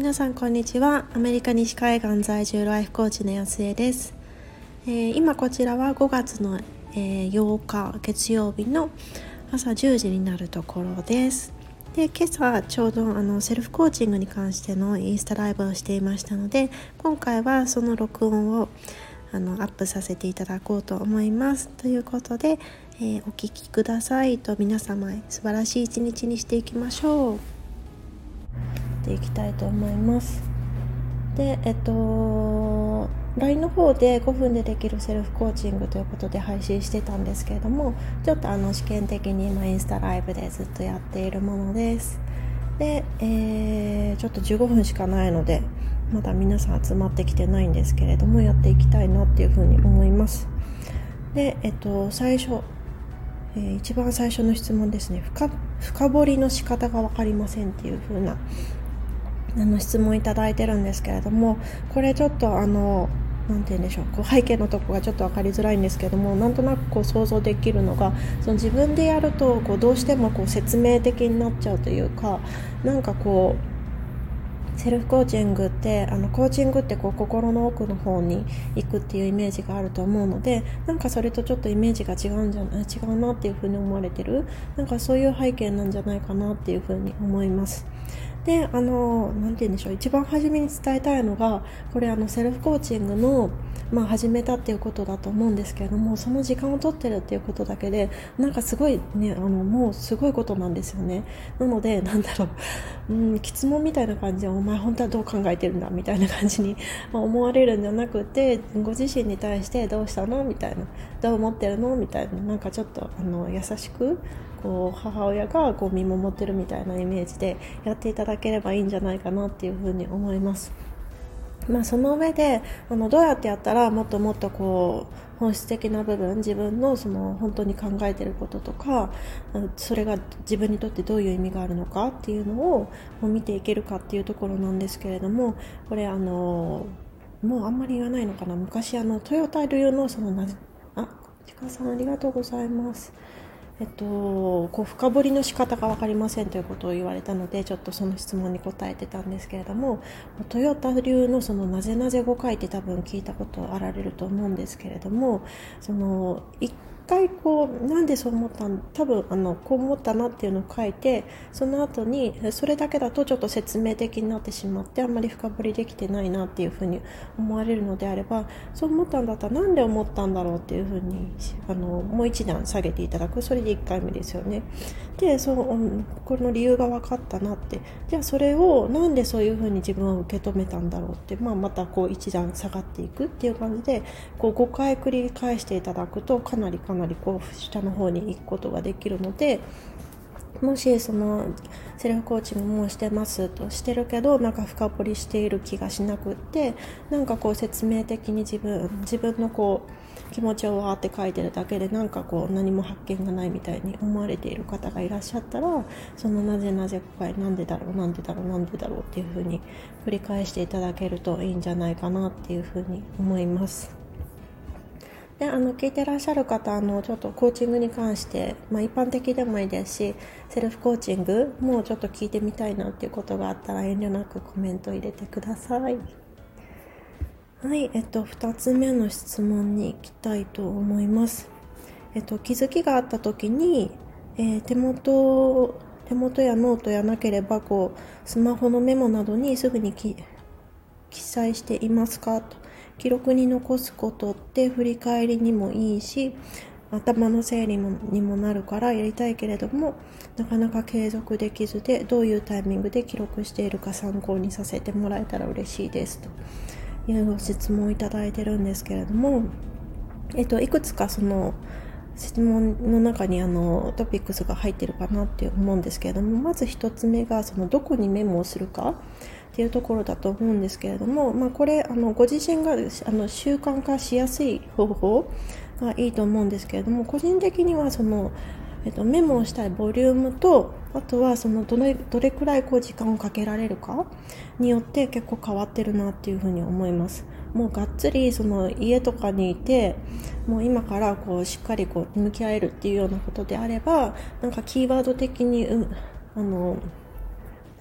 皆さんこんにちは。アメリカ西海岸在住ライフコーチの安江です。今こちらは5月の、8日月曜日の朝10時になるところです。で、今朝ちょうどセルフコーチングに関してのインスタライブをしていましたので、今回はその録音をアップさせていただこうと思います。ということで、お聞きくださいと皆様素晴らしい一日にしていきましょう。いきたいと思います。で、LINE の方で5分でできるセルフコーチングということで配信してたんですけれども、ちょっと試験的に今インスタライブでずっとやっているものです。で、ちょっと15分しかないのでまだ皆さん集まってきてないんですけれども、やっていきたいなっていうふうに思います。で、最初、一番最初の質問ですね。深掘りの仕方が分かりませんっていう風な質問いただいてるんですけれども、これちょっとなんて言うんでしょう、背景のとこがちょっと分かりづらいんですけども、なんとなく想像できるのが、その自分でやるとどうしても説明的になっちゃうというか、なんかセルフコーチングってコーチングって心の奥の方に行くっていうイメージがあると思うので、なんかそれとちょっとイメージが違うなっていうふうに思われてる、なんかそういう背景なんじゃないかなっていうふうに思います。で、なんて言うんでしょう、一番初めに伝えたいのが、これセルフコーチングの始めたっていうことだと思うんですけれども、その時間を取ってるっていうことだけでなんかすごいね、もうすごいことなんですよね。なので、質問みたいな感じで、お前本当はどう考えてるんだみたいな感じに思われるんじゃなくて、ご自身に対してどうしたのみたいな、どう思ってるのみたいな、なんかちょっと優しく母親が見守ってるみたいなイメージでやっていただければいいんじゃないかなっていうふうに思います。その上でどうやってやったらもっともっと本質的な部分、自分の本当に考えていることとか、それが自分にとってどういう意味があるのかっていうのを見ていけるかっていうところなんですけれども、これもうあんまり言わないのかな。昔トヨタ流のちかさんありがとうございます。深掘りの仕方が分かりませんということを言われたので、ちょっとその質問に答えてたんですけれども、トヨタ流のなぜなぜ誤解って多分聞いたことあられると思うんですけれども、一回なんでそう思ったん、多分こう思ったなっていうのを書いて、その後にそれだけだとちょっと説明的になってしまって、あんまり深掘りできてないなっていうふうに思われるのであれば、そう思ったんだったらなんで思ったんだろうっていうふうにもう一段下げていただく。それで1回目ですよね。で、この理由が分かったなって、じゃあそれをなんでそういうふうに自分は受け止めたんだろうって、また一段下がっていくっていう感じで5回繰り返していただくと、かなり下の方に行くことができるので、もしセルフコーチングもしてますとしてるけど、なんか深掘りしている気がしなくって、なんか説明的に自分の気持ちをわーって書いてるだけで、なんか何も発見がないみたいに思われている方がいらっしゃったら、なぜ誤解、なんでだろうっていう風に繰り返していただけるといいんじゃないかなっていう風に思います。で、聞いてらっしゃる方、ちょっとコーチングに関して、一般的でもいいですし、セルフコーチングもうちょっと聞いてみたいなっていうことがあったら、遠慮なくコメント入れてください。はい、2つ目の質問に行きたいと思います。気づきがあった時に、手元やノートやなければスマホのメモなどにすぐに記載していますかと。記録に残すことって振り返りにもいいし、頭の整理にもなるからやりたいけれども、なかなか継続できずで、どういうタイミングで記録しているか参考にさせてもらえたら嬉しいですという質問をいただいてるんですけれども、いくつか質問の中にトピックスが入ってるかなって思うんですけれども、まず一つ目がどこにメモをするかっていうところだと思うんですけれども、これご自身が習慣化しやすい方法がいいと思うんですけれども、個人的にはメモをしたいボリュームと、あとはどれくらい時間をかけられるかによって結構変わってるなっていうふうに思います。もうがっつり家とかにいて、もう今からしっかり向き合えるっていうようなことであれば、なんかキーワード的に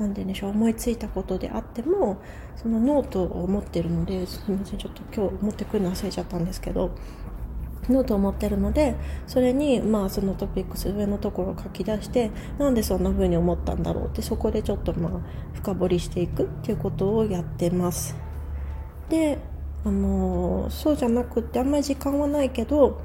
なんて言うんでしょう、思いついたことであってもそのノートを持ってるので、すみません、ちょっと今日持ってくるの忘れちゃったんですけど、ノートを持ってるので、それにそのトピックス上のところを書き出して、なんでそんな風に思ったんだろうって、そこでちょっと深掘りしていくっていうことをやってます。で、そうじゃなくって、あんまり時間はないけど、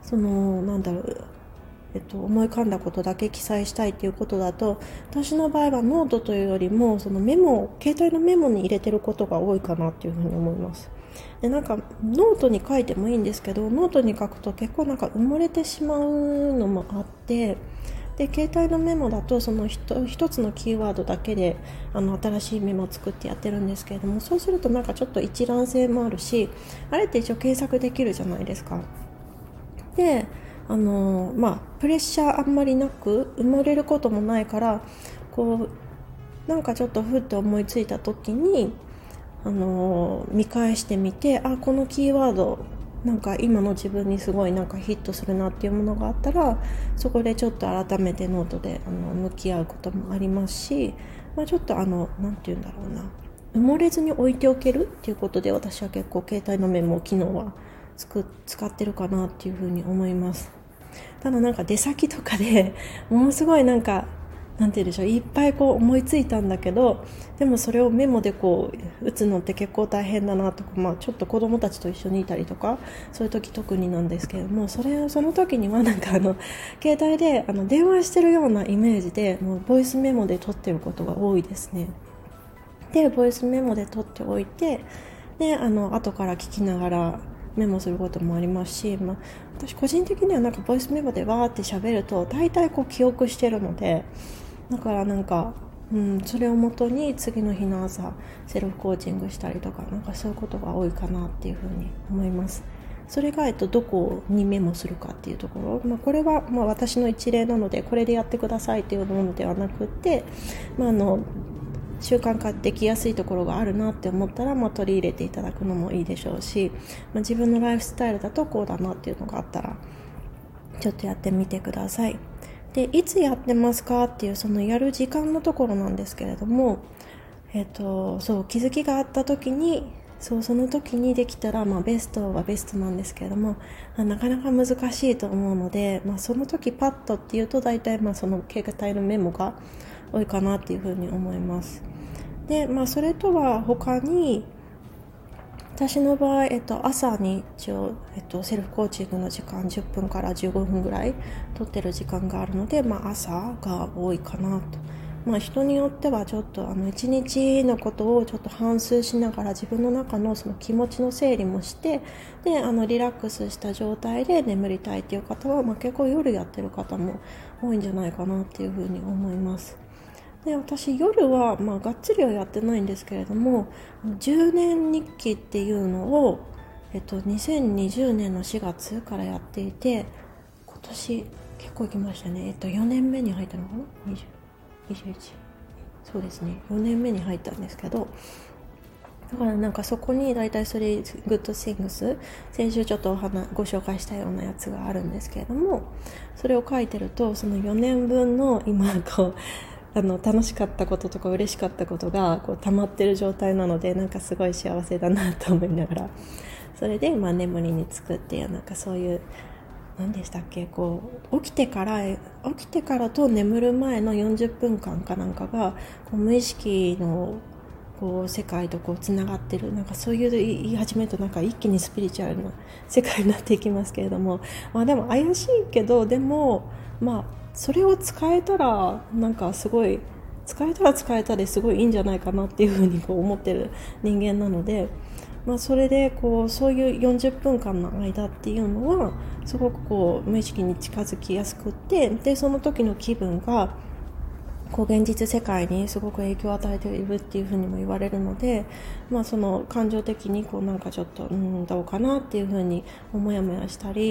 思い浮かんだことだけ記載したいっていうことだと、私の場合はノートというよりもその携帯のメモに入れてることが多いかなっていうふうに思います。で、ノートに書いてもいいんですけど、ノートに書くと結構埋もれてしまうのもあって、で、携帯のメモだとその一つのキーワードだけで新しいメモを作ってやってるんですけれども、そうするとちょっと一覧性もあるし、あれって一応検索できるじゃないですか。で、プレッシャーあんまりなく埋もれることもないから、ちょっとふっと思いついた時に見返してみて、このキーワード今の自分にすごいヒットするなっていうものがあったら、そこでちょっと改めてノートで向き合うこともありますし、ちょっとなんていうんだろうな、埋もれずに置いておけるっていうことで、私は結構携帯のメモ機能は使ってるかなっていうふうに思います。ただ出先とかでものすごいなんて言うんでしょう、いっぱい思いついたんだけど、でもそれをメモで打つのって結構大変だなとか、ちょっと子供たちと一緒にいたりとか、そういう時特になんですけれども、その時には携帯で電話してるようなイメージでもうボイスメモで撮ってることが多いですね。で、ボイスメモで撮っておいて、で後から聞きながらメモすることもありますし、私個人的にはボイスメモでわーって喋ると大体記憶してるので、だからそれをもとに次の日の朝セルフコーチングしたりとか、そういうことが多いかなっていうふうに思います。それが、どこにメモするかっていうところ、これは私の一例なのでこれでやってくださいっていうものではなくて、習慣化できやすいところがあるなって思ったら、取り入れていただくのもいいでしょうし、自分のライフスタイルだとこうだなっていうのがあったらちょっとやってみてください。で、いつやってますかっていうそのやる時間のところなんですけれども、そう気づきがあった時に、その時にできたら、ベストはベストなんですけれども、なかなか難しいと思うので、その時パッとっていうと大体その携帯のメモが多いかなっていうふうに思います。で、それとは他に、私の場合、朝に一応、セルフコーチングの時間10分から15分ぐらい取ってる時間があるので、朝が多いかなと。人によってはちょっと一日のことをちょっと反芻しながら自分の中のその気持ちの整理もして、でリラックスした状態で眠りたいっていう方は、結構夜やってる方も多いんじゃないかなっていうふうに思います。で、私夜はがっつりはやってないんですけれども、10年日記っていうのを、2020年の4月からやっていて、今年結構行きましたね。4年目に入ったのかな、21、そうですね、4年目に入ったんですけど、だからそこに大体それグッドシングス、先週ちょっとご紹介したようなやつがあるんですけれども、それを書いてると、その4年分の今楽しかったこととか嬉しかったことが溜まってる状態なので、すごい幸せだなと思いながら、それで眠りにつくっていう、そういう何でしたっけ、起きてからと眠る前の40分間かが無意識の世界とつながってる、そういう言い始めると一気にスピリチュアルな世界になっていきますけれども、でも怪しいけど、でもそれを使えたらすごい使えたですごいいいんじゃないかなっていうふうに思ってる人間なので、それでそういう40分間の間っていうのはすごく無意識に近づきやすくって、でその時の気分が現実世界にすごく影響を与えているっていうふうにも言われるので、その感情的にちょっとどうかなっていうふうにもやもやしたり、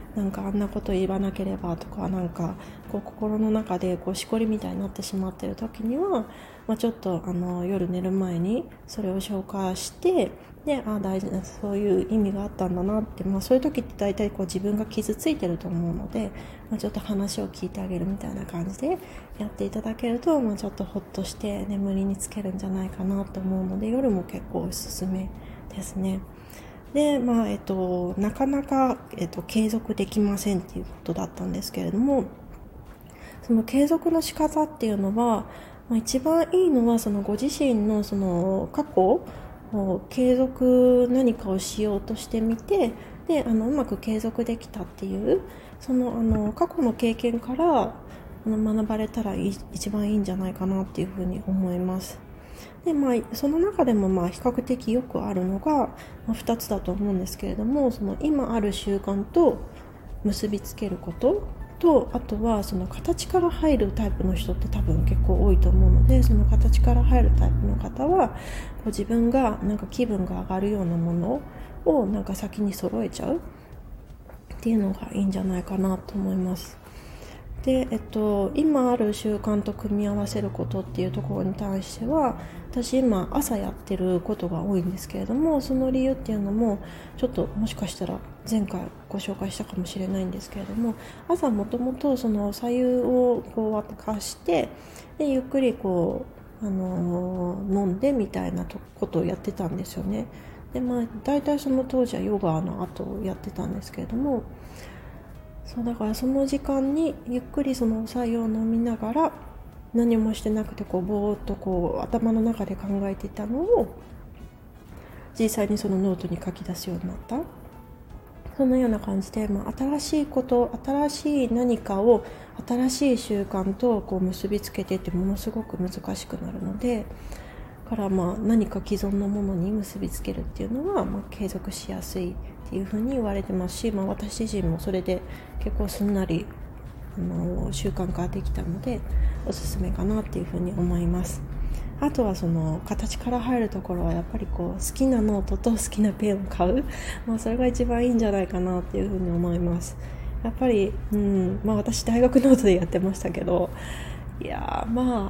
なんかあんなこと言わなければとか、なんかこう心の中でこうしこりみたいになってしまっている時には、ちょっと夜寝る前にそれを消化して、で大事なそういう意味があったんだなって、そういう時って大体こう自分が傷ついてると思うので、ちょっと話を聞いてあげるみたいな感じでやっていただけると、ちょっとほっとして眠りにつけるんじゃないかなと思うので、夜も結構おすすめですね。で、なかなか、継続できませんっていうことだったんですけれども、その継続の仕方っていうのは、一番いいのはそのご自身のその過去を継続何かをしようとしてみて、でうまく継続できたっていうその過去の経験から学ばれたら一番いいんじゃないかなっていうふうに思います。でその中でも比較的よくあるのが、2つだと思うんですけれども、その今ある習慣と結びつけることと、あとはその形から入るタイプの人って多分結構多いと思うので、その形から入るタイプの方はこう自分がなんか気分が上がるようなものをなんか先に揃えちゃうっていうのがいいんじゃないかなと思います。で、今ある習慣と組み合わせることっていうところに対しては、私今朝やってることが多いんですけれども、その理由っていうのもちょっともしかしたら前回ご紹介したかもしれないんですけれども、朝もともとその白湯をこう沸かして、でゆっくりこう、飲んでみたいなことをやってたんですよね。で大体その当時はヨガの後をやってたんですけれども、そうだからその時間にゆっくりそのお白湯を飲みながら、何もしてなくてこうぼーっとこう頭の中で考えていたのを実際にそのノートに書き出すようになった。そんなような感じで、新しいこと、新しい何かを新しい習慣とこう結びつけてってものすごく難しくなるので、から何か既存のものに結びつけるっていうのは継続しやすいっていうふうに言われてますし、私自身もそれで結構すんなり習慣化できたのでおすすめかなっていうふうに思います。あとはその形から入るところはやっぱりこう好きなノートと好きなペンを買う、それが一番いいんじゃないかなっていうふうに思います。やっぱり、私大学ノートでやってましたけど、いや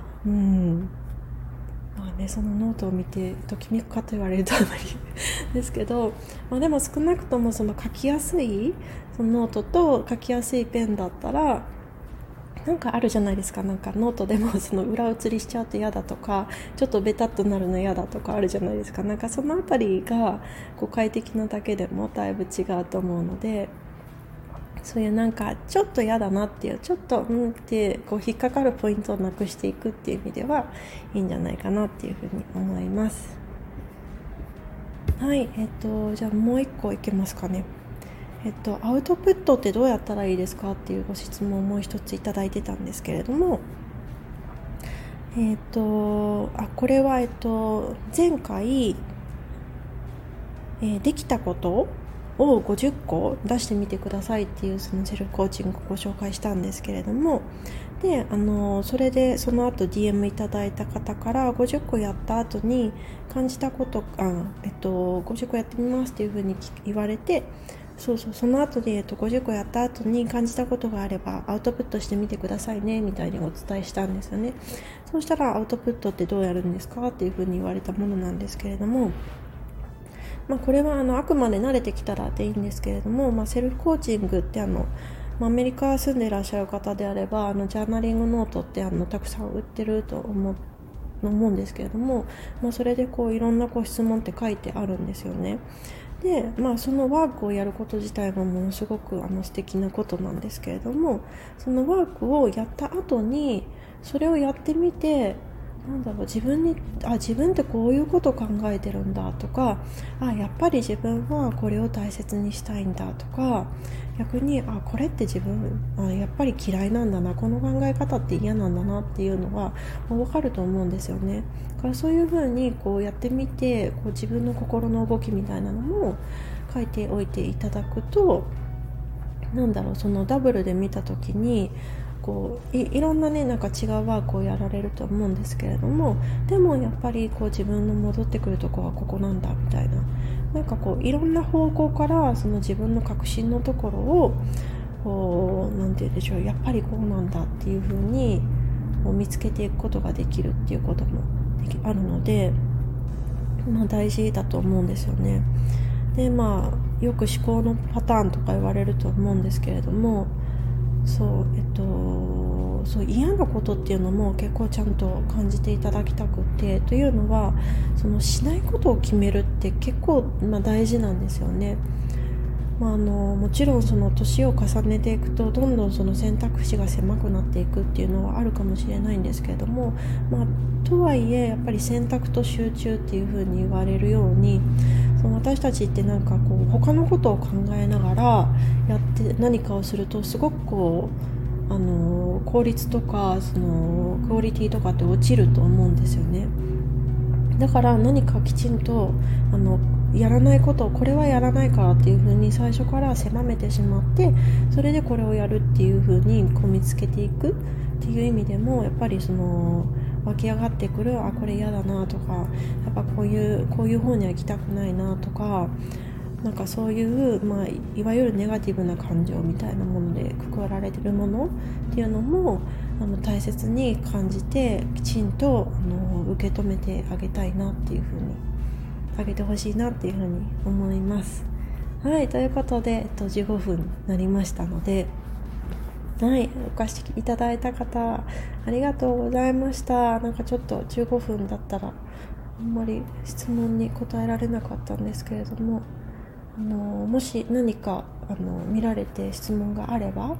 そのノートを見てときめくかと言われるとあまりですけど、でも少なくともその書きやすいそのノートと書きやすいペンだったら、なんかあるじゃないですか。なんかノートでもその裏写りしちゃうと嫌だとか、ちょっとベタっとなるの嫌だとかあるじゃないですか。なんかそのあたりがこう快適なだけでもだいぶ違うと思うので、そういうなんかちょっと嫌だなっていう、ちょっとってこう引っかかるポイントをなくしていくっていう意味ではいいんじゃないかなっていうふうに思います。はい、じゃあもう一個いけますかね。アウトプットってどうやったらいいですかっていうご質問をもう一ついただいてたんですけれども、これは前回、できたことを50個出してみてくださいっていうそのセルフコーチングをご紹介したんですけれども、でそれでその後 DM いただいた方から50個やった後に感じたこと50個やってみますっていうふうに言われて、その後で50個やった後に感じたことがあればアウトプットしてみてくださいねみたいにお伝えしたんですよね。そうしたらアウトプットってどうやるんですかっていうふうに言われたものなんですけれども、これはあくまで慣れてきたらでいいんですけれども、セルフコーチングってアメリカ住んでいらっしゃる方であればジャーナリングノートってたくさん売ってると思うんですけれども、それでこういろんな質問って書いてあるんですよね。で、そのワークをやること自体もものすごく素敵なことなんですけれども、そのワークをやった後にそれをやってみて、自分ってこういうことを考えてるんだとか、やっぱり自分はこれを大切にしたいんだとか、逆にこれって自分やっぱり嫌いなんだな、この考え方って嫌なんだなっていうのが分かると思うんですよね。だからそういうふうにやってみて自分の心の動きみたいなのも書いておいていただくと、そのダブルで見た時にいろんななんか違うワークをやられると思うんですけれども、でもやっぱり自分の戻ってくるとこはここなんだみたいななんかこういろんな方向からその自分の確信のところをこうなんて言うんでしょう、やっぱりこうなんだっていう風に見つけていくことができるっていうこともあるので、大事だと思うんですよね。でよく思考のパターンとか言われると思うんですけれども、そう嫌なことっていうのも結構ちゃんと感じていただきたくて、というのはそのしないことを決めるって結構、大事なんですよね。もちろんその年を重ねていくとどんどんその選択肢が狭くなっていくっていうのはあるかもしれないんですけれども、とはいえやっぱり選択と集中っていう風に言われるように、その私たちってなんかこう他のことを考えながらやって何かをするとすごくこう効率とかそのクオリティとかって落ちると思うんですよね。だから何かきちんとやらないことをこれはやらないからっていう風に最初から狭めてしまって、それでこれをやるっていう風に見つけていくっていう意味でも、やっぱりその湧き上がってくるこれ嫌だなとか、やっぱこういう方には行きたくないなとか、なんかそういう、いわゆるネガティブな感情みたいなものでくくられてるものっていうのも大切に感じて、きちんと受け止めてあげたいなっていう風にあげてほしいなっていう風に思います。はい、ということで、15分になりましたので、はい、お貸しいただいた方ありがとうございました。なんかちょっと15分だったらあんまり質問に答えられなかったんですけれども、もし何か見られて質問があれば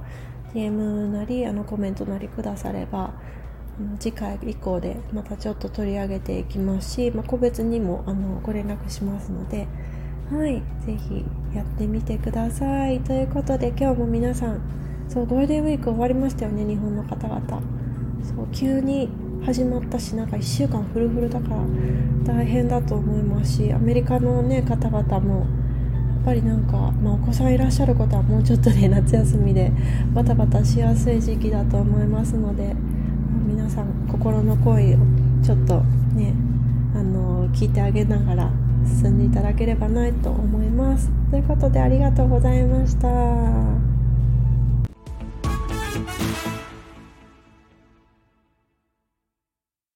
DM なりコメントなりくだされば次回以降でまたちょっと取り上げていきますし、個別にもご連絡しますので、はい、ぜひやってみてください。ということで今日も皆さんゴールデンウィーク終わりましたよね、日本の方々。急に始まったし、なんか1週間フルフルだから大変だと思いますし、アメリカの方々もやっぱりなんか、お子さんいらっしゃる方はもうちょっと夏休みでバタバタしやすい時期だと思いますので、皆さん心の声をちょっと聞いてあげながら進んでいただければなと思います。ということでありがとうございました。